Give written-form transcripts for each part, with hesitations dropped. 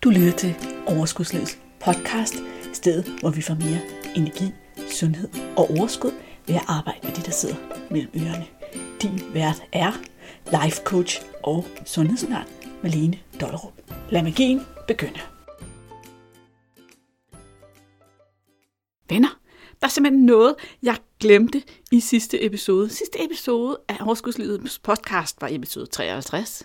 Du lytter til Overskudslivets podcast, stedet hvor vi får mere energi, sundhed og overskud ved at arbejde med de, der sidder mellem ørerne. Din vært er life coach og sundhedsundern Malene Dollerup. Lad magien begynde. Venner, der er simpelthen noget, jeg glemte i sidste episode. Sidste episode af Overskudslivets podcast var episode 53.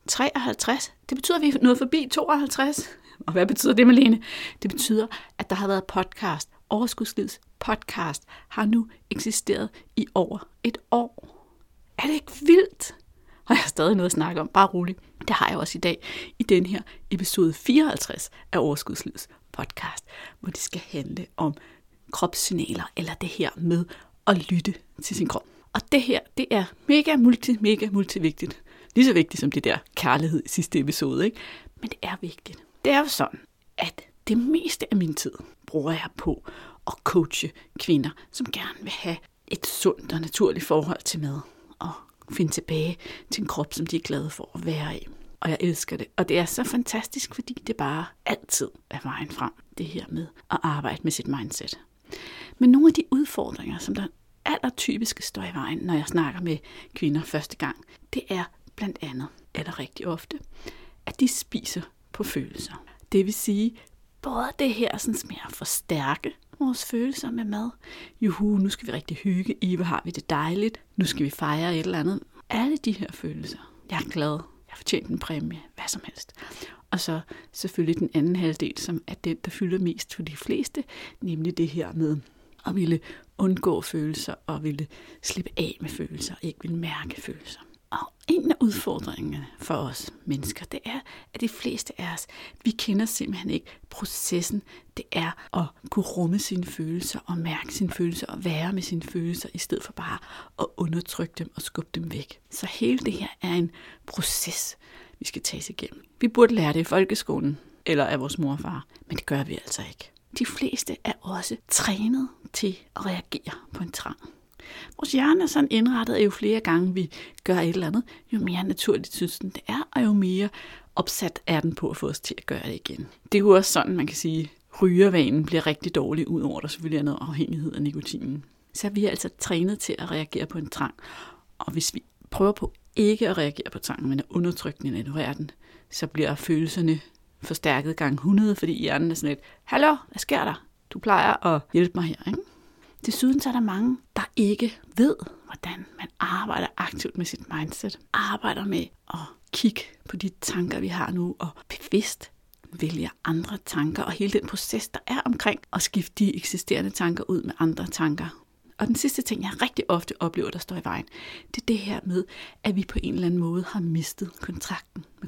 53, det betyder, at vi er nået forbi 52. Og hvad betyder det, Malene? Det betyder, at der har været podcast. Overskudslivets podcast har nu eksisteret i over et år. Er det ikke vildt? Og jeg har stadig noget at snakke om, bare roligt. Det har jeg også i dag i den her episode 54 af Overskudslivets podcast, hvor det skal handle om kropssignaler, eller det her med at lytte til sin krop. Og det her, det er mega multivigtigt. Lige så vigtigt som det der kærlighed i sidste episode, ikke? Men det er vigtigt. Det er jo sådan, at det meste af min tid bruger jeg på at coache kvinder, som gerne vil have et sundt og naturligt forhold til mad, og finde tilbage til en krop, som de er glade for at være i. Og jeg elsker det. Og det er så fantastisk, fordi det bare altid er vejen frem, det her med at arbejde med sit mindset. Men nogle af de udfordringer, som der allertypisk står i vejen, når jeg snakker med kvinder første gang, det er blandt andet, eller rigtig ofte, at de spiser på følelser. Det vil sige, både det her sådan med at forstærke vores følelser med mad. Juhu, nu skal vi rigtig hygge. Hvor har vi det dejligt. Nu skal vi fejre et eller andet. Alle de her følelser. Jeg er glad. Jeg har fortjent en præmie. Hvad som helst. Og så selvfølgelig den anden halvdel, som er den, der fylder mest for de fleste. Nemlig det her med at ville undgå følelser og ville slippe af med følelser og ikke ville mærke følelser. Og en af udfordringerne for os mennesker, det er, at de fleste af os, vi kender simpelthen ikke processen. Det er at kunne rumme sine følelser og mærke sine følelser og være med sine følelser, i stedet for bare at undertrykke dem og skubbe dem væk. Så hele det her er en proces, vi skal tage igennem. Vi burde lære det i folkeskolen eller af vores mor og far, men det gør vi altså ikke. De fleste er også trænet til at reagere på en trang. Vores hjerne er sådan indrettet, at jo flere gange vi gør et eller andet, jo mere naturligt synes den det er, og jo mere opsat er den på at få os til at gøre det igen. Det er jo også sådan, man kan sige, rygervanen bliver rigtig dårlig, udover der selvfølgelig er noget afhængighed af nikotinen. Så vi er altså trænet til at reagere på en trang, og hvis vi prøver på ikke at reagere på trangen, men at undertrykke den og ignorere den, så bliver følelserne forstærket gange 100, fordi hjernen er sådan lidt, hallo, hvad sker der? Du plejer at hjælpe mig her, ikke? Desuden så er der mange, der ikke ved, hvordan man arbejder aktivt med sit mindset. Arbejder med at kigge på de tanker, vi har nu, og bevidst vælger andre tanker, og hele den proces, der er omkring at skifte de eksisterende tanker ud med andre tanker. Og den sidste ting, jeg rigtig ofte oplever, der står i vejen, det er det her med, at vi på en eller anden måde har mistet kontakten med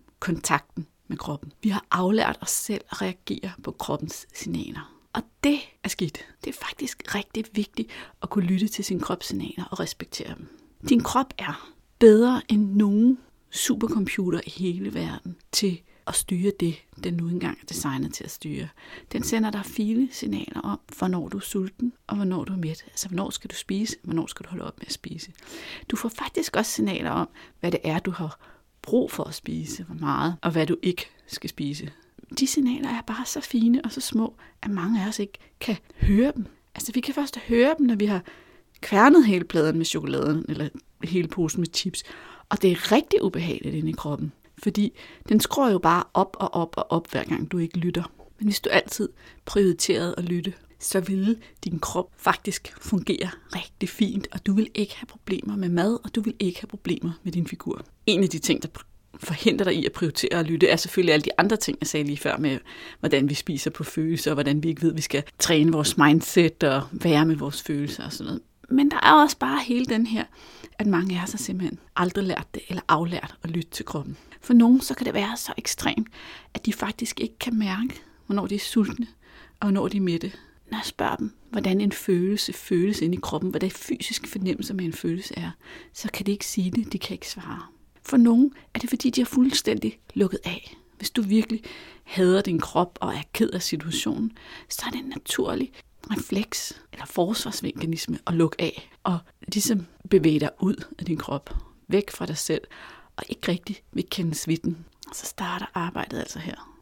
kroppen. Vi har aflært os selv at reagere på kroppens signaler. Og det er skidt. Det er faktisk rigtig vigtigt at kunne lytte til sine kropssignaler og respektere dem. Din krop er bedre end nogen supercomputer i hele verden til at styre det, den nu engang er designet til at styre. Den sender dig fine signaler om, hvornår du er sulten og hvornår du er mæt. Altså, hvornår skal du spise, hvornår skal du holde op med at spise. Du får faktisk også signaler om, hvad det er, du har brug for at spise, hvor meget, og hvad du ikke skal spise. De signaler er bare så fine og så små, at mange af os ikke kan høre dem. Altså, vi kan først høre dem, når vi har kværnet hele pladen med chokoladen, eller hele posen med chips. Og det er rigtig ubehageligt inde i kroppen, fordi den skruer jo bare op, hver gang du ikke lytter. Men hvis du altid prioriterede at lytte, så ville din krop faktisk fungere rigtig fint, og du vil ikke have problemer med mad, og du vil ikke have problemer med din figur. En af de ting, der forhindrer dig i at prioritere at lytte, er selvfølgelig alle de andre ting, jeg sagde lige før med, hvordan vi spiser på følelser, og hvordan vi ikke ved, at vi skal træne vores mindset og være med vores følelser og sådan noget. Men der er også bare hele den her, at mange af os har simpelthen aldrig lært det, eller aflært at lytte til kroppen. For nogen så kan det være så ekstremt, at de faktisk ikke kan mærke, hvornår de er sultne, og hvornår de er mætte. Når jeg spørger dem, hvordan en følelse føles inde i kroppen, hvad det fysiske fornemmelse med en følelse er, så kan de ikke sige det, de kan ikke svare. For nogen er det, fordi de er fuldstændig lukket af. Hvis du virkelig hader din krop og er ked af situationen, så er det en naturlig refleks eller forsvarsmekanisme at lukke af og ligesom bevæge dig ud af din krop, væk fra dig selv og ikke rigtig vil kende svitten. Så starter arbejdet altså her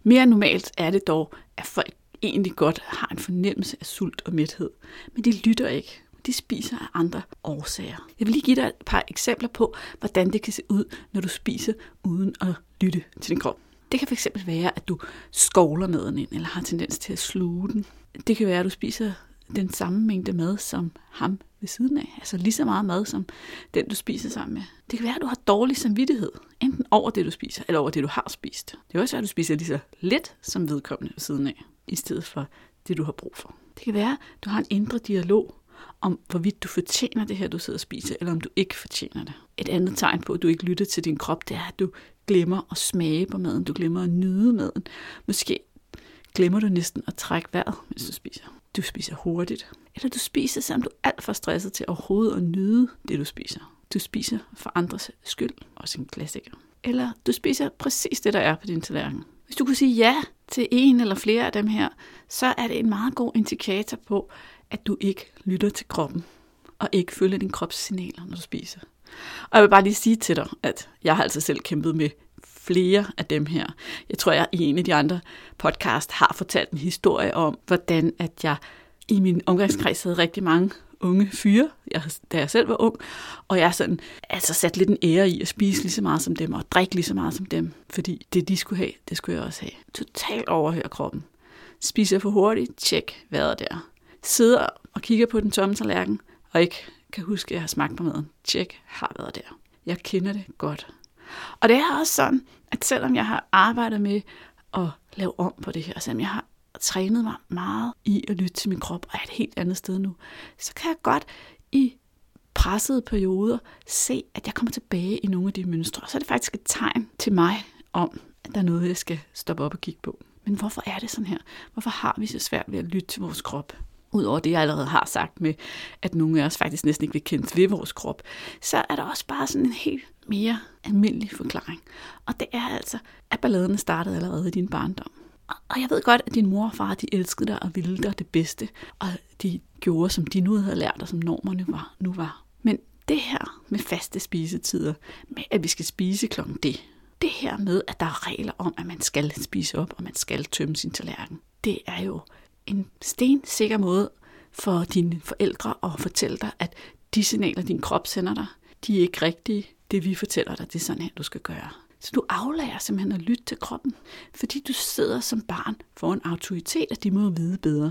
Mere normalt er det dog, at folk egentlig godt har en fornemmelse af sult og mæthed, men de lytter ikke. De spiser af andre årsager. Jeg vil lige give dig et par eksempler på, hvordan det kan se ud, når du spiser uden at lytte til din krop. Det kan fx være, at du skovler maden ind, eller har tendens til at sluge den. Det kan være, at du spiser den samme mængde mad som ham ved siden af. Altså lige så meget mad som den, du spiser sammen med. Det kan være, at du har dårlig samvittighed, enten over det, du spiser, eller over det, du har spist. Det kan også være, at du spiser lige så lidt som vedkommende ved siden af, i stedet for det, du har brug for. Det kan være, at du har en indre dialog om, hvorvidt du fortjener det her, du sidder og spiser, eller om du ikke fortjener det. Et andet tegn på, at du ikke lytter til din krop, det er, at du glemmer at smage på maden. Du glemmer at nyde maden. Måske glemmer du næsten at trække vejret, mens du spiser. Du spiser hurtigt. Eller du spiser, selvom du er alt for stresset til overhovedet at nyde det, du spiser. Du spiser for andres skyld, også en klassiker. Eller du spiser præcis det, der er på din tallerken. Hvis du kunne sige ja til en eller flere af dem her, så er det en meget god indikator på, at du ikke lytter til kroppen, og ikke følger din krops signaler, når du spiser. Og jeg vil bare lige sige til dig, at jeg har altså selv kæmpet med flere af dem her. Jeg tror, jeg i en af de andre podcast har fortalt en historie om, hvordan at jeg i min omgangskreds havde rigtig mange unge fyre, da jeg selv var ung, og jeg sådan, altså satte lidt en ære i at spise lige så meget som dem, og drikke lige så meget som dem, fordi det de skulle have, det skulle jeg også have. Totalt overhøre kroppen. Spiser for hurtigt, tjek, hvad er der. Sidder og kigger på den tomme tallerken, og ikke kan huske, at jeg har smagt på maden. Tjek, har været der. Jeg kender det godt. Og det er også sådan, at selvom jeg har arbejdet med at lave om på det her, selvom jeg har trænet mig meget i at lytte til min krop, og er et helt andet sted nu, så kan jeg godt i pressede perioder se, at jeg kommer tilbage i nogle af de mønstre. Og så er det faktisk et tegn til mig om, at der er noget, jeg skal stoppe op og kigge på. Men hvorfor er det sådan her? Hvorfor har vi så svært ved at lytte til vores krop? Udover det, jeg allerede har sagt med, at nogle af os faktisk næsten ikke vil kende ved vores krop, så er der også bare sådan en helt mere almindelig forklaring. Og det er altså, at balladen startede allerede i din barndom. Og jeg ved godt, at din mor og far, de elskede dig og ville dig det bedste, og de gjorde, som de nu havde lært, og som normerne nu var. Men det her med faste spisetider, med at vi skal spise klokken det her med, at der er regler om, at man skal spise op, og man skal tømme sin tallerken, det er jo en stensikker måde for dine forældre at fortælle dig, at de signaler, din krop sender dig, de er ikke rigtige. Det vi fortæller dig, det er sådan her, du skal gøre. Så du aflærer simpelthen at lytte til kroppen, fordi du sidder som barn for en autoritet, at de må vide bedre.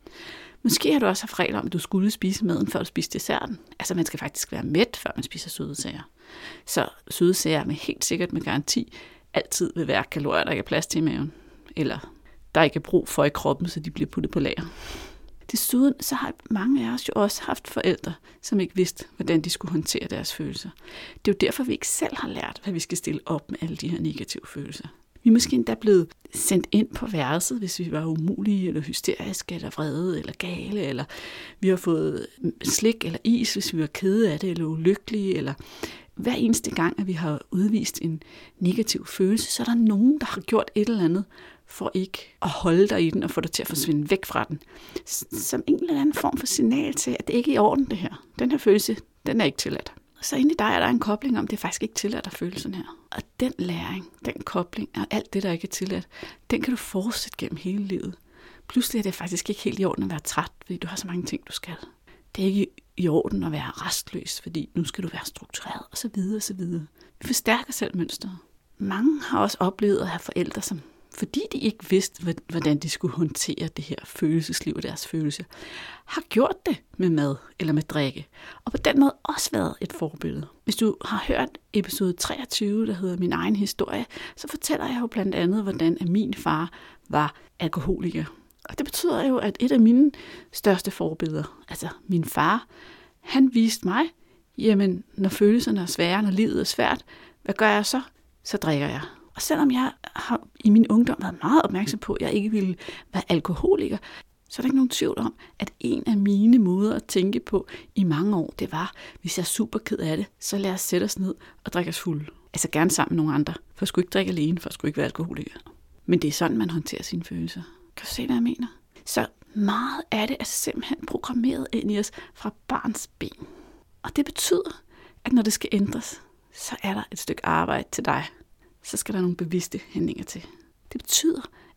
Måske har du også haft regler om, at du skulle spise maden, før du spiste desserten. Altså man skal faktisk være mæt, før man spiser søde sager. Så søde sager med helt sikkert med garanti altid vil være kalorier, der ikke er plads til i maven. Eller der ikke er brug for i kroppen, så de bliver puttet på lager. Desuden så har mange af os jo også haft forældre, som ikke vidste, hvordan de skulle håndtere deres følelser. Det er jo derfor, vi ikke selv har lært, hvad vi skal stille op med alle de her negative følelser. Vi er måske endda blevet sendt ind på værelset, hvis vi var umulige, eller hysteriske, eller vrede, eller gale, eller vi har fået slik eller is, hvis vi var kede af det, eller ulykkelige, eller hver eneste gang, at vi har udvist en negativ følelse, så er der nogen, der har gjort et eller andet, for ikke at holde dig i den og få dig til at forsvinde væk fra den. Som en eller anden form for signal til, at det ikke er i orden det her. Den her følelse, den er ikke tilladt. Så inde i dig er der en kobling om, det er faktisk ikke tilladt at føle sådan her. Og den læring, den kobling og alt det, der ikke er tilladt, den kan du fortsætte gennem hele livet. Pludselig er det faktisk ikke helt i orden at være træt, fordi du har så mange ting, du skal. Det er ikke i orden at være restløs, fordi nu skal du være struktureret osv. osv. Vi forstærker selv mønstret. Mange har også oplevet at have forældre, som fordi de ikke vidste, hvordan de skulle håndtere det her følelsesliv og deres følelser, har gjort det med mad eller med drikke. Og på den måde også været et forbillede. Hvis du har hørt episode 23, der hedder Min egen historie, så fortæller jeg jo blandt andet, hvordan min far var alkoholiker. Og det betyder jo, at et af mine største forbilleder, altså min far, han viste mig, jamen når følelserne er svære, når livet er svært, hvad gør jeg så? Så drikker jeg. Og selvom jeg har i min ungdom været meget opmærksom på, at jeg ikke ville være alkoholiker, så er der ikke nogen tvivl om, at en af mine måder at tænke på i mange år, det var, hvis jeg er super ked af det, så lad os sætte os ned og drikke os fulde. Altså gerne sammen med nogle andre, for jeg skulle ikke drikke alene, for jeg skulle ikke være alkoholiker. Men det er sådan, man håndterer sine følelser. Kan du se, hvad jeg mener? Så meget af det er simpelthen programmeret ind i os fra barns ben. Og det betyder, at når det skal ændres, så er der et stykke arbejde til dig. Så skal der nogle bevidste handlinger til. Det betyder,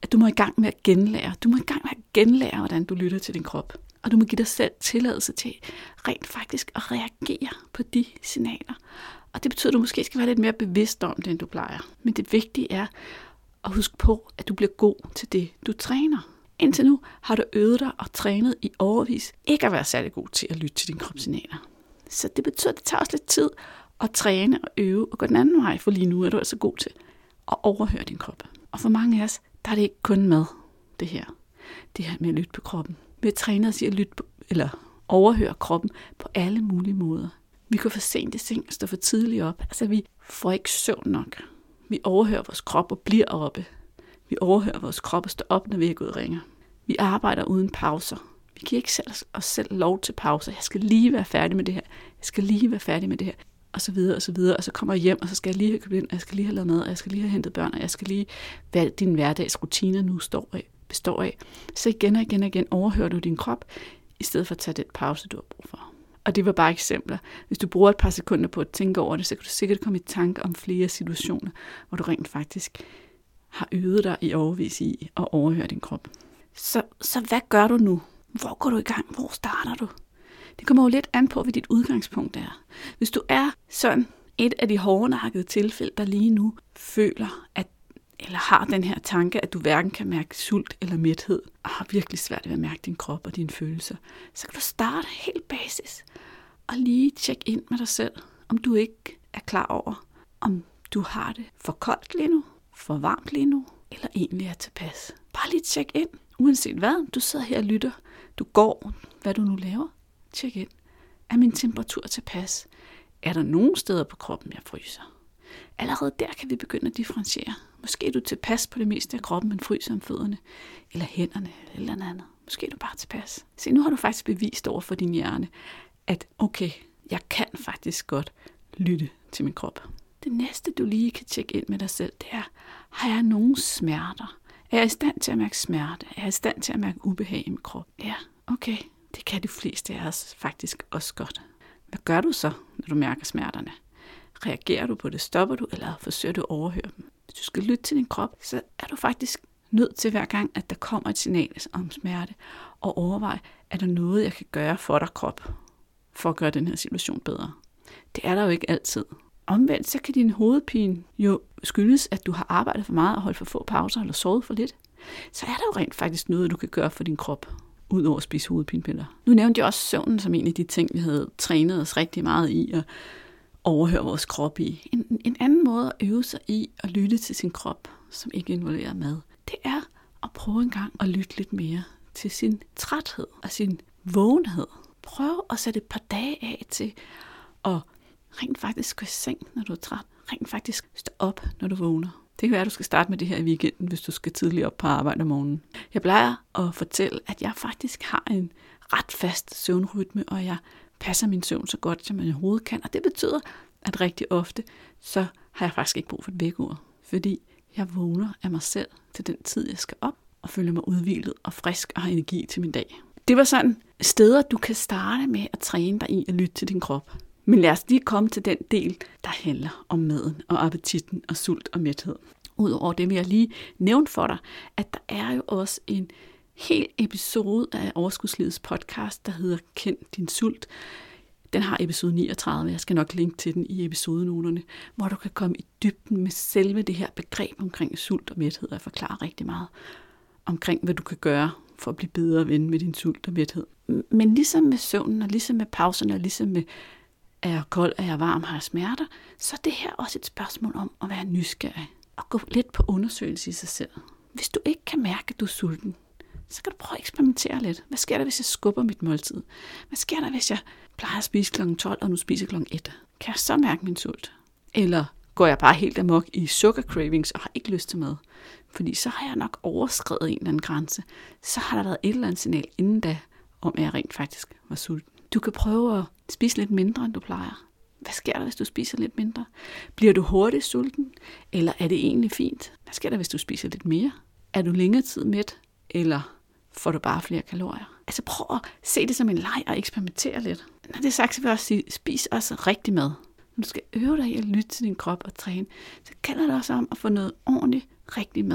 at du må i gang med at genlære. Du må i gang med at genlære, hvordan du lytter til din krop. Og du må give dig selv tilladelse til rent faktisk at reagere på de signaler. Og det betyder, at du måske skal være lidt mere bevidst om det, end du plejer. Men det vigtige er at huske på, at du bliver god til det, du træner. Indtil nu har du øvet dig og trænet i årevis ikke at være særlig god til at lytte til dine kropssignaler. Så det betyder, at det tager også lidt tid at træne og øve og gå den anden vej, for lige nu er du altså god til at overhøre din krop. Og for mange af os, der er det ikke kun med det her med at lytte på kroppen. Vi har trænet os i at lytte på, eller overhøre kroppen på alle mulige måder. Vi går for sent i seng og står for tidligt op. Altså vi får ikke søvn nok. Vi overhører vores krop og bliver oppe. Vi overhører vores krop og står op, når vi er gået og ringer. Vi arbejder uden pauser. Vi giver ikke os selv lov til pauser. Jeg skal lige være færdig med det her. Jeg skal lige være færdig med det her. Og så videre, og så videre. Og så kommer jeg hjem, og så skal jeg lige have købt ind, og jeg skal lige have lavet mad, og jeg skal lige have hentet børn, og jeg skal lige, hvad din hverdagsrutiner nu består af. Så igen og igen og igen overhører du din krop, i stedet for at tage den pause, du har brug for. Og det var bare eksempler. Hvis du bruger et par sekunder på at tænke over det, så kan du sikkert komme i tanke om flere situationer, hvor du rent faktisk har øvet dig i overvis i at overhøre din krop. Så hvad gør du nu? Hvor går du i gang? Hvor starter du? Det kommer jo lidt an på, hvad dit udgangspunkt er. Hvis du er sådan et af de hårdnakkede tilfælde, der lige nu føler, eller har den her tanke, at du hverken kan mærke sult eller mæthed, og har virkelig svært ved at mærke din krop og dine følelser, så kan du starte helt basis og lige tjekke ind med dig selv, om du ikke er klar over, om du har det for koldt lige nu, for varmt lige nu, eller egentlig er tilpas. Bare lige tjek ind, uanset hvad, du sidder her og lytter, du går, hvad du nu laver, tjek ind. Er min temperatur tilpas? Er der nogen steder på kroppen, jeg fryser? Allerede der kan vi begynde at differentiere. Måske er du tilpas på det meste af kroppen, men fryser om fødderne, eller hænderne, eller noget andet. Måske er du bare tilpas. Se, nu har du faktisk bevist over for din hjerne, at okay, jeg kan faktisk godt lytte til min krop. Det næste, du lige kan tjekke ind med dig selv, det er, har jeg nogen smerter? Er jeg i stand til at mærke smerte? Er jeg i stand til at mærke ubehag i min krop? Ja, okay. Det kan de fleste af os faktisk også godt. Hvad gør du så, når du mærker smerterne? Reagerer du på det? Stopper du, eller forsøger du at overhøre dem? Hvis du skal lytte til din krop, så er du faktisk nødt til hver gang, at der kommer et signal om smerte, og overveje, er der noget, jeg kan gøre for dig, krop, for at gøre den her situation bedre? Det er der jo ikke altid. Omvendt, så kan din hovedpine jo skyldes, at du har arbejdet for meget og holdt for få pauser, eller sovet for lidt. Så er der jo rent faktisk noget, du kan gøre for din krop, ud over at spise hovedpinepiller. Nu nævnte jeg også søvnen som en af de ting, vi havde trænet os rigtig meget i at overhøre vores krop i. En anden måde at øve sig i at lytte til sin krop, som ikke involverer mad, det er at prøve en gang at lytte lidt mere til sin træthed og sin vågenhed. Prøv at sætte et par dage af til at rent faktisk gå i seng, når du er træt. Rent faktisk stå op, når du vågner. Det kan være, at du skal starte med det her i weekenden, hvis du skal tidligt op på arbejde om morgenen. Jeg plejer at fortælle, at jeg faktisk har en ret fast søvnrytme, og jeg passer min søvn så godt, som jeg overhovedet kan. Og det betyder, at rigtig ofte, så har jeg faktisk ikke brug for et vækkeur. Fordi jeg vågner af mig selv til den tid, jeg skal op, og føler mig udhvilet og frisk og har energi til min dag. Det var sådan steder, du kan starte med at træne dig i at lytte til din krop. Men lad os lige komme til den del, der handler om maden og appetitten og sult og mæthed. Udover det vil jeg lige nævne for dig, at der er jo også en hel episode af Overskudslivets podcast, der hedder Kend din sult. Den har episode 39, jeg skal nok linke til den i episodenoterne, hvor du kan komme i dybden med selve det her begreb omkring sult og mæthed, og jeg forklarer rigtig meget omkring, hvad du kan gøre for at blive bedre ven med din sult og mæthed. Men ligesom med søvnen, og ligesom med pauserne, og ligesom med er jeg kold, er jeg varm, har jeg smerter, så er det her også et spørgsmål om at være nysgerrig og gå lidt på undersøgelse i sig selv. Hvis du ikke kan mærke, at du er sulten, så kan du prøve at eksperimentere lidt. Hvad sker der, hvis jeg skubber mit måltid? Hvad sker der, hvis jeg plejer at spise kl. 12, og nu spiser kl. 1? Kan jeg så mærke min sult? Eller går jeg bare helt amok i sugar cravings og har ikke lyst til mad? Fordi så har jeg nok overskredet en eller anden grænse. Så har der været et eller andet signal inden da, om at jeg rent faktisk var sulten. Du kan prøve at spise lidt mindre, end du plejer. Hvad sker der, hvis du spiser lidt mindre? Bliver du hurtigt sulten, eller er det egentlig fint? Hvad sker der, hvis du spiser lidt mere? Er du længere tid mæt, eller får du bare flere kalorier? Altså prøv at se det som en leg og eksperimentere lidt. Når det er sagt, så vil jeg også sige, spis også rigtig mad. Når du skal øve dig i at lytte til din krop og træne, så gælder det også om at få noget ordentligt rigtig mad ind.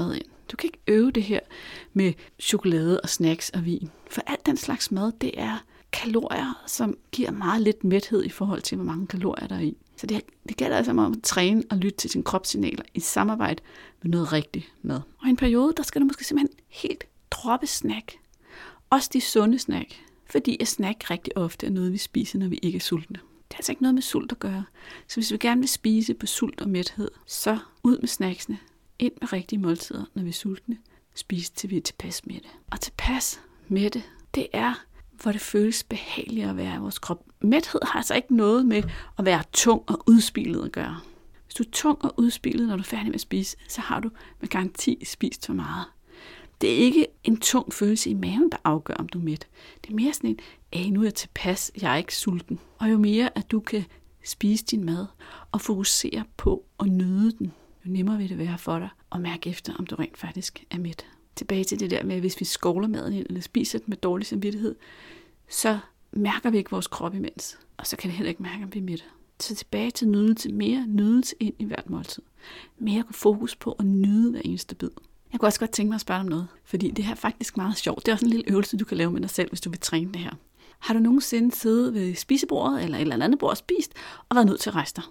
Du kan ikke øve det her med chokolade og snacks og vin. For alt den slags mad, det er kalorier, som giver meget lidt mæthed i forhold til, hvor mange kalorier der er i. Så det gælder altså om at træne og lytte til sine kropssignaler i samarbejde med noget rigtig mad. Og i en periode, der skal du måske simpelthen helt droppe snack. Også de sunde snack. Fordi at snack rigtig ofte er noget, vi spiser, når vi ikke er sultne. Det er altså ikke noget med sult at gøre. Så hvis vi gerne vil spise på sult og mæthed, så ud med snacksene. Ind med rigtige måltider, når vi er sultne. Spise til vi er tilpas mætte. Og tilpas mætte, det er, hvor det føles behageligt at være i vores krop. Mæthed har altså ikke noget med at være tung og udspilet at gøre. Hvis du er tung og udspilet, når du er færdig med at spise, så har du med garanti spist for meget. Det er ikke en tung følelse i maven, der afgør, om du er mæt. Det er mere sådan en, nu er jeg tilpas, jeg er ikke sulten. Og jo mere, at du kan spise din mad og fokusere på at nyde den, jo nemmere vil det være for dig at mærke efter, om du rent faktisk er mæt. Tilbage til det der med, at hvis vi skovler maden ind eller spiser den med dårlig samvittighed, så mærker vi ikke vores krop imens. Og så kan det heller ikke mærke, om vi er mætte. Så tilbage til nydelse, mere nydelse ind i hvert måltid. Mere fokus på at nyde hver eneste bid. Jeg kunne også godt tænke mig at spørge om noget, fordi det her er faktisk meget sjovt. Det er også en lille øvelse, du kan lave med dig selv, hvis du vil træne det her. Har du nogensinde siddet ved spisebordet eller et eller andet bord og spist, og været nødt til at rejse dig?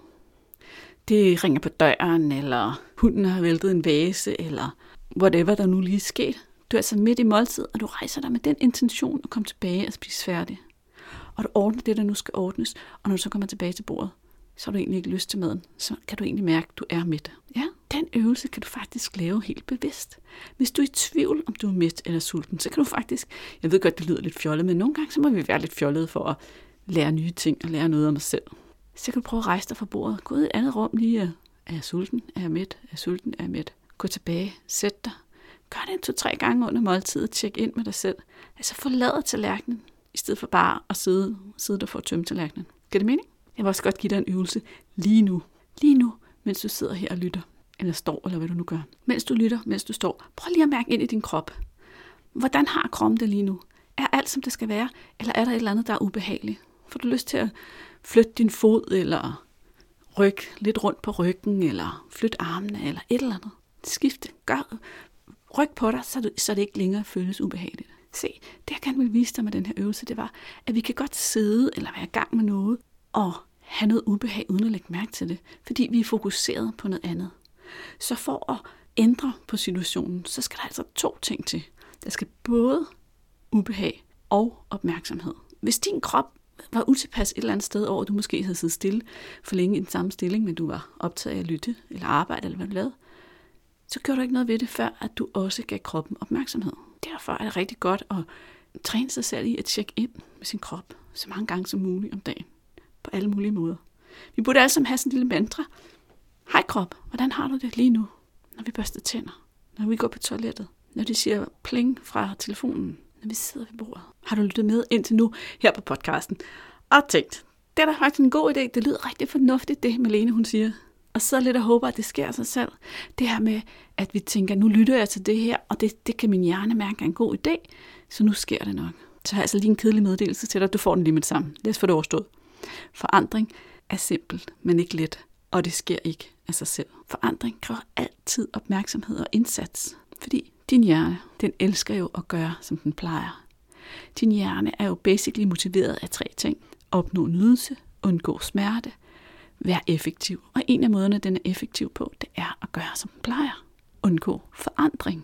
Det ringer på døren, eller hunden har væltet en vase, eller whatever der nu lige er sket. Du er altså midt i måltid, og du rejser dig med den intention at komme tilbage og spise færdig. Og du ordner det, der nu skal ordnes, og når du så kommer tilbage til bordet, så har du egentlig ikke lyst til maden. Så kan du egentlig mærke, at du er mæt. Ja, den øvelse kan du faktisk lave helt bevidst. Hvis du er i tvivl, om du er mæt eller sulten, så kan du faktisk, jeg ved godt, det lyder lidt fjollet, men nogle gange så må vi være lidt fjollede for at lære nye ting og lære noget om os selv. Så kan du prøve at rejse dig fra bordet. Gå ud i et andet rum lige. Er jeg sulten? Er jeg mæt? Er jeg sulten? Er jeg mæt? Gå tilbage. Sæt dig. Gør det 2-3 gange under måltidet. Tjek ind med dig selv. Altså forlad tallerkenen, i stedet for bare at sidde der for at tømme tallerkenen. Giver det mening? Jeg vil også godt give dig en øvelse lige nu. Lige nu, mens du sidder her og lytter. Eller står, eller hvad du nu gør. Mens du lytter, mens du står. Prøv lige at mærke ind i din krop. Hvordan har kroppen det lige nu? Er alt, som det skal være? Eller er der et eller andet, der er ubehageligt? Får du lyst til at flytte din fod, eller rykke lidt rundt på ryggen, eller flytte armene, eller et eller andet? Skifte. Ryk på dig, så det ikke længere føles ubehageligt. Se, det jeg gerne vil vise dig med den her øvelse, det var, at vi kan godt sidde eller være i gang med noget, og have noget ubehag, uden at lægge mærke til det, fordi vi er fokuseret på noget andet. Så for at ændre på situationen, så skal der altså 2 ting til. Der skal både ubehag og opmærksomhed. Hvis din krop var utilpas et eller andet sted over, at du måske havde siddet stille for længe i den samme stilling, men du var optaget af at lytte, eller arbejde, eller hvad du lavede, så gjorde du ikke noget ved det, før at du også gav kroppen opmærksomhed. Derfor er det rigtig godt at træne sig selv i at tjekke ind med sin krop så mange gange som muligt om dagen. På alle mulige måder. Vi burde alle sammen have sådan en lille mantra. Hej krop, hvordan har du det lige nu? Når vi børster tænder, når vi går på toilettet, når de siger pling fra telefonen, når vi sidder ved bordet. Har du lyttet med indtil nu her på podcasten og tænkt, det er da faktisk en god idé, det lyder rigtig fornuftigt det Malene hun siger. Og så lidt og håber, at det sker af sig selv. Det her med, at vi tænker, nu lytter jeg til det her, og det kan min hjerne mærke er en god idé, så nu sker det nok. Så har jeg altså lige en kedelig meddelelse til dig, du får den lige med det samme. Lad os få det overstået. Forandring er simpelt, men ikke let, og det sker ikke af sig selv. Forandring kræver altid opmærksomhed og indsats, fordi din hjerne, den elsker jo at gøre, som den plejer. Din hjerne er jo basically motiveret af 3 ting. Opnå nydelse, undgå smerte, være effektiv. Og en af måderne, den er effektiv på, det er at gøre, som den plejer. Undgå forandring.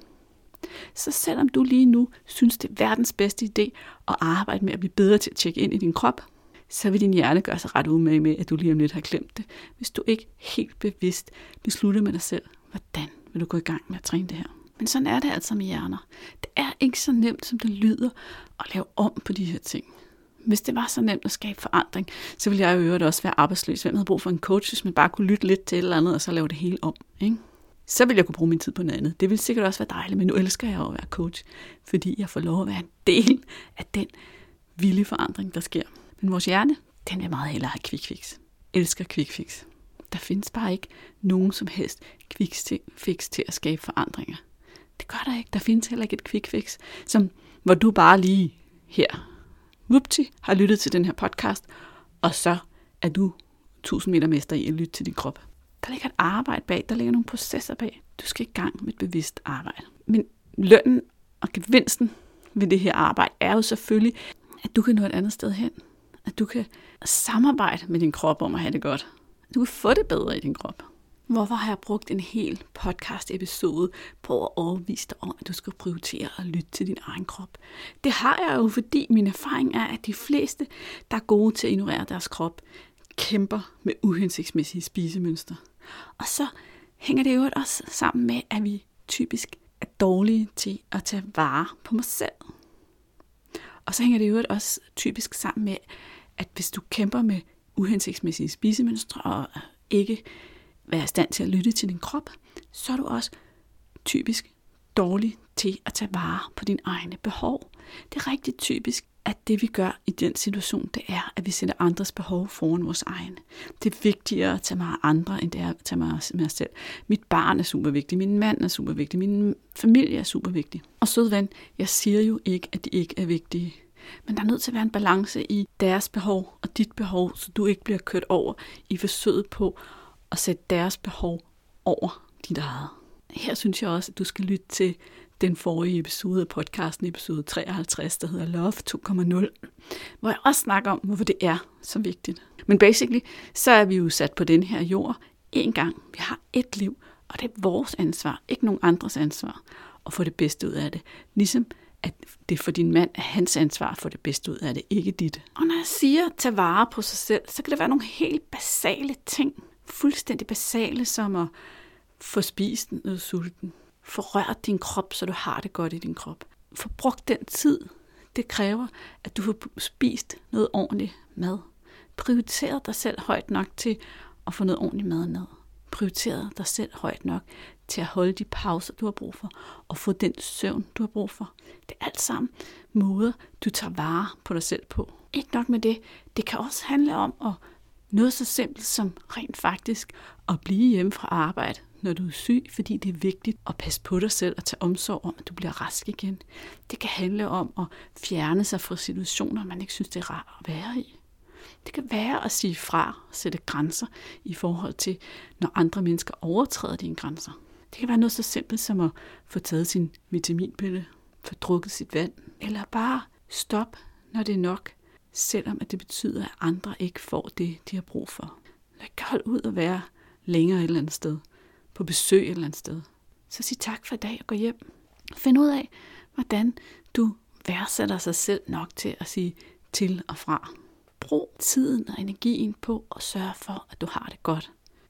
Så selvom du lige nu synes, det er verdens bedste idé at arbejde med at blive bedre til at tjekke ind i din krop, så vil din hjerne gøre sig ret umage med, at du lige om lidt har glemt det, hvis du ikke helt bevidst beslutter med dig selv, hvordan vil du gå i gang med at træne det her. Men sådan er det altså med hjerner. Det er ikke så nemt, som det lyder, at lave om på de her ting. Hvis det var så nemt at skabe forandring, så ville jeg jo øvrigt også være arbejdsløs. Hvem havde brug for en coach, hvis man bare kunne lytte lidt til et eller andet, og så lave det hele om, ikke? Så ville jeg kunne bruge min tid på noget andet. Det ville sikkert også være dejligt, men nu elsker jeg at være coach, fordi jeg får lov at være en del af den vilde forandring, der sker. Men vores hjerne, den vil meget hellere have quick fix. Elsker quick fix. Der findes bare ikke nogen som helst quick fix til at skabe forandringer. Det gør der ikke. Der findes heller ikke et quick fix, hvor du bare lige her, whoopty, har lyttet til den her podcast, og så er du 1000 meter mester i at lytte til din krop. Der ligger et arbejde bag, der ligger nogle processer bag. Du skal i gang med et bevidst arbejde. Men lønnen og gevinsten ved det her arbejde er jo selvfølgelig, at du kan nå et andet sted hen. At du kan samarbejde med din krop om at have det godt. Du kan få det bedre i din krop. Hvorfor har jeg brugt en hel podcast-episode på at overbevise dig om, at du skal prioritere at lytte til din egen krop? Det har jeg jo, fordi min erfaring er, at de fleste, der er gode til at ignorere deres krop, kæmper med uhensigtsmæssige spisemønstre. Og så hænger det jo også sammen med, at vi typisk er dårlige til at tage vare på mig selv. Og så hænger det jo også typisk sammen med, at hvis du kæmper med uhensigtsmæssige spisemønstre og ikke være i stand til at lytte til din krop, så er du også typisk dårlig til at tage vare på dine egne behov. Det er rigtig typisk, at det vi gør i den situation, det er, at vi sætter andres behov foran vores egne. Det er vigtigere at tage mig af andre, end det er at tage mig af os selv. Mit barn er super vigtig, min mand er super vigtig, min familie er super vigtig. Og sød ven, jeg siger jo ikke, at de ikke er vigtige. Men der er nødt til at være en balance i deres behov og dit behov, så du ikke bliver kørt over i forsøget på at sætte deres behov over dit eget. Her synes jeg også, at du skal lytte til den forrige episode af podcasten, episode 53, der hedder Love 2.0, hvor jeg også snakker om, hvorfor det er så vigtigt. Men basically, så er vi jo sat på den her jord én gang. Vi har ét liv, og det er vores ansvar, ikke nogen andres ansvar, at få det bedste ud af det. Ligesom at det for din mand er hans ansvar at få det bedste ud af det, ikke dit. Og når jeg siger, tage vare på sig selv, så kan det være nogle helt basale ting. Fuldstændig basale, som at få spist noget sulten. Få rørt din krop, så du har det godt i din krop. Få brugt den tid, det kræver, at du får spist noget ordentligt mad. Prioriter dig selv højt nok til at få noget ordentligt mad ned. Prioriter dig selv højt nok til at holde de pauser, du har brug for, og få den søvn, du har brug for. Det er alt sammen måder, du tager vare på dig selv på. Ikke nok med det. Det kan også handle om at noget så simpelt som rent faktisk at blive hjemme fra arbejde, når du er syg, fordi det er vigtigt at passe på dig selv og tage omsorg om, at du bliver rask igen. Det kan handle om at fjerne sig fra situationer, man ikke synes, det er rart at være i. Det kan være at sige fra og sætte grænser i forhold til, når andre mennesker overtræder dine grænser. Det kan være noget så simpelt som at få taget sin vitaminpille, få drukket sit vand, eller bare stop, når det er nok, selvom at det betyder, at andre ikke får det, de har brug for. Lad ikke holde ud og være længere et eller andet sted, på besøg et eller andet sted. Så sig tak for i dag og gå hjem. Find ud af, hvordan du værdsætter sig selv nok til at sige til og fra. Brug tiden og energien på at sørge for, at du har det godt.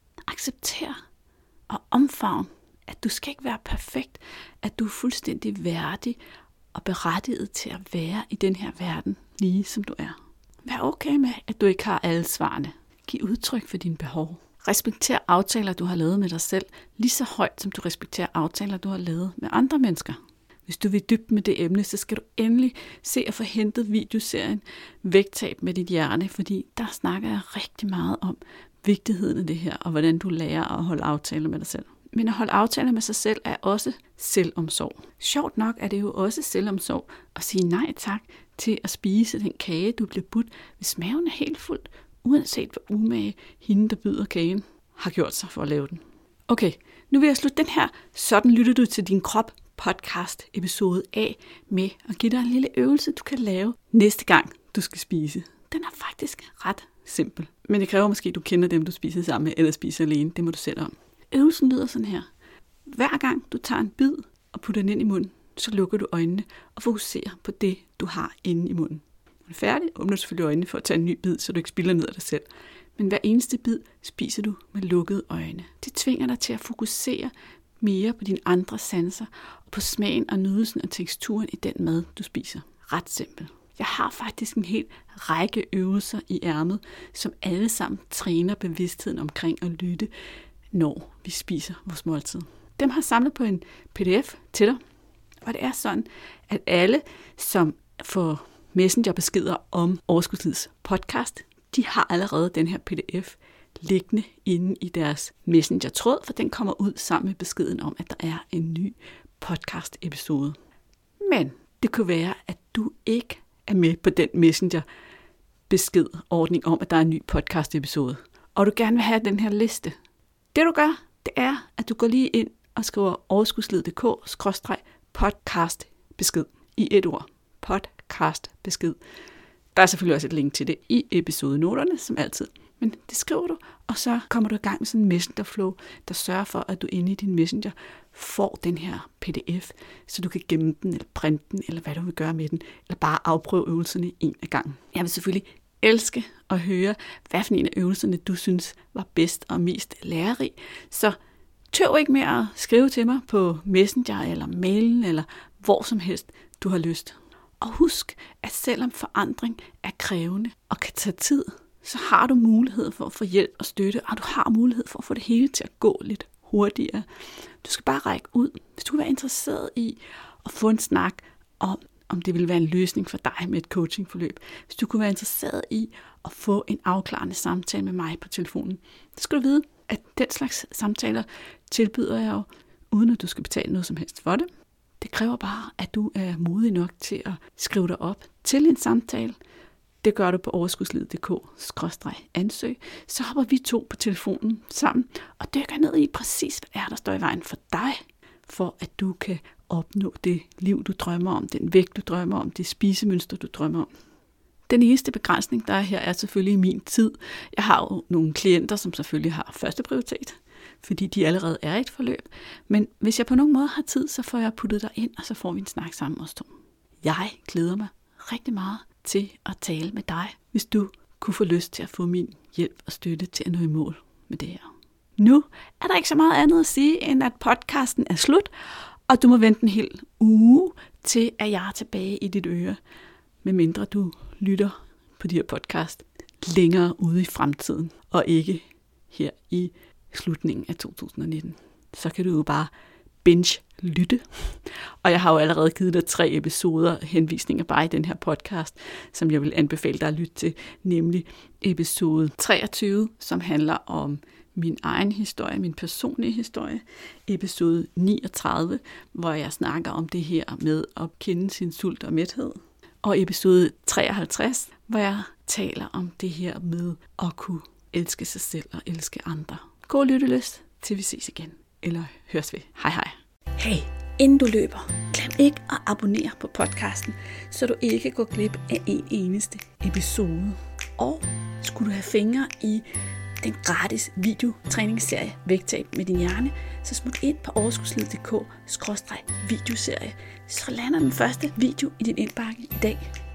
Accepter og omfavn, at du skal ikke være perfekt, at du er fuldstændig værdig og berettiget til at være i den her verden, lige som du er. Vær okay med, at du ikke har alle svarene. Giv udtryk for dine behov. Respekter aftaler, du har lavet med dig selv, lige så højt, som du respekterer aftaler, du har lavet med andre mennesker. Hvis du vil dybe med det emne, så skal du endelig se at få hentet videoserien Vægttab med dit hjerte, fordi der snakker jeg rigtig meget om vigtigheden af det her, og hvordan du lærer at holde aftaler med dig selv. Men at holde aftaler med sig selv er også selvomsorg. Sjovt nok er det jo også selvomsorg at sige nej tak til at spise den kage, du bliver budt, hvis maven er helt fuld, uanset hvor umage hende, der byder kagen, har gjort sig for at lave den. Okay, nu vil jeg slutte den her Sådan lytter du til din krop podcast episode af med at give dig en lille øvelse, du kan lave næste gang, du skal spise. Den er faktisk ret simpel, men det kræver måske, at du kender dem, du spiser sammen med, eller spiser alene. Det må du selv om. Øvelsen lyder sådan her. Hver gang du tager en bid og putter den ind i munden, så lukker du øjnene og fokuserer på det, du har inde i munden. Når du er færdig, åbner du selvfølgelig øjnene for at tage en ny bid, så du ikke spilder ned af dig selv. Men hver eneste bid spiser du med lukkede øjne. Det tvinger dig til at fokusere mere på dine andre sanser og på smagen og nydelsen og teksturen i den mad, du spiser. Ret simpelt. Jeg har faktisk en hel række øvelser i ærmet, som alle sammen træner bevidstheden omkring at lytte, når vi spiser vores måltid. Dem har jeg samlet på en pdf til dig, og det er sådan, at alle, som får messengerbeskeder om Overskudslivets podcast, de har allerede den her pdf liggende inde i deres messenger-tråd, for den kommer ud sammen med beskeden om, at der er en ny podcast-episode. Men det kunne være, at du ikke er med på den messenger-beskedordning om, at der er en ny podcast-episode, og du gerne vil have den her liste. Det du gør, det er, at du går lige ind og skriver overskudslid.dk/podcast besked i et ord. Podcast besked. Der er selvfølgelig også et link til det i episodenoterne, som altid. Men det skriver du, og så kommer du i gang med sådan en messengerflow, der sørger for, at du inde i din messenger får den her pdf, så du kan gemme den, eller printe den, eller hvad du vil gøre med den, eller bare afprøve øvelserne en af gangen. Jeg vil selvfølgelig elske at høre, hvad for en af øvelserne du synes var bedst og mest lærerig. Så tøv ikke med at skrive til mig på Messenger eller mailen, eller hvor som helst du har lyst. Og husk, at selvom forandring er krævende og kan tage tid, så har du mulighed for at få hjælp og støtte, og du har mulighed for at få det hele til at gå lidt hurtigere. Du skal bare række ud. Hvis du er interesseret i at få en snak om det vil være en løsning for dig med et coachingforløb, hvis du kunne være interesseret i at få en afklarende samtale med mig på telefonen, så skal du vide, at den slags samtaler tilbyder jeg jo, uden at du skal betale noget som helst for det. Det kræver bare, at du er modig nok til at skrive dig op til en samtale. Det gør du på overskudslid.dk/ansøg. Så hopper vi 2 på telefonen sammen og dykker ned i præcis, hvad der står i vejen for dig, for at du kan opnå det liv, du drømmer om, den vægt, du drømmer om, det spisemønster, du drømmer om. Den eneste begrænsning, der er her, er selvfølgelig min tid. Jeg har jo nogle klienter, som selvfølgelig har første prioritet, fordi de allerede er i et forløb. Men hvis jeg på nogen måde har tid, så får jeg puttet dig ind, og så får vi en snak sammen os 2. Jeg glæder mig rigtig meget til at tale med dig, hvis du kunne få lyst til at få min hjælp og støtte til at nå i mål med det her. Nu er der ikke så meget andet at sige, end at podcasten er slut, og du må vente en hel uge til, at jeg er tilbage i dit øre, medmindre du lytter på de her podcast længere ude i fremtiden, og ikke her i slutningen af 2019. Så kan du jo bare binge-lytte. Og jeg har jo allerede givet dig 3 episoder henvisninger bare i den her podcast, som jeg vil anbefale dig at lytte til, nemlig episode 23, som handler om min egen historie, min personlige historie. Episode 39, hvor jeg snakker om det her med at kende sin sult og mæthed. Og episode 53, hvor jeg taler om det her med at kunne elske sig selv og elske andre. God lyttelyst, til vi ses igen. Eller høres vi. Hej hej. Hey, inden du løber, glem ikke at abonnere på podcasten, så du ikke går glip af en eneste episode. Og skulle du have fingre i den gratis videotræningsserie Vægtab med din hjerne, så smut ind på overskudslid.dk/videoserie, så lander den første video i din indbakke i dag.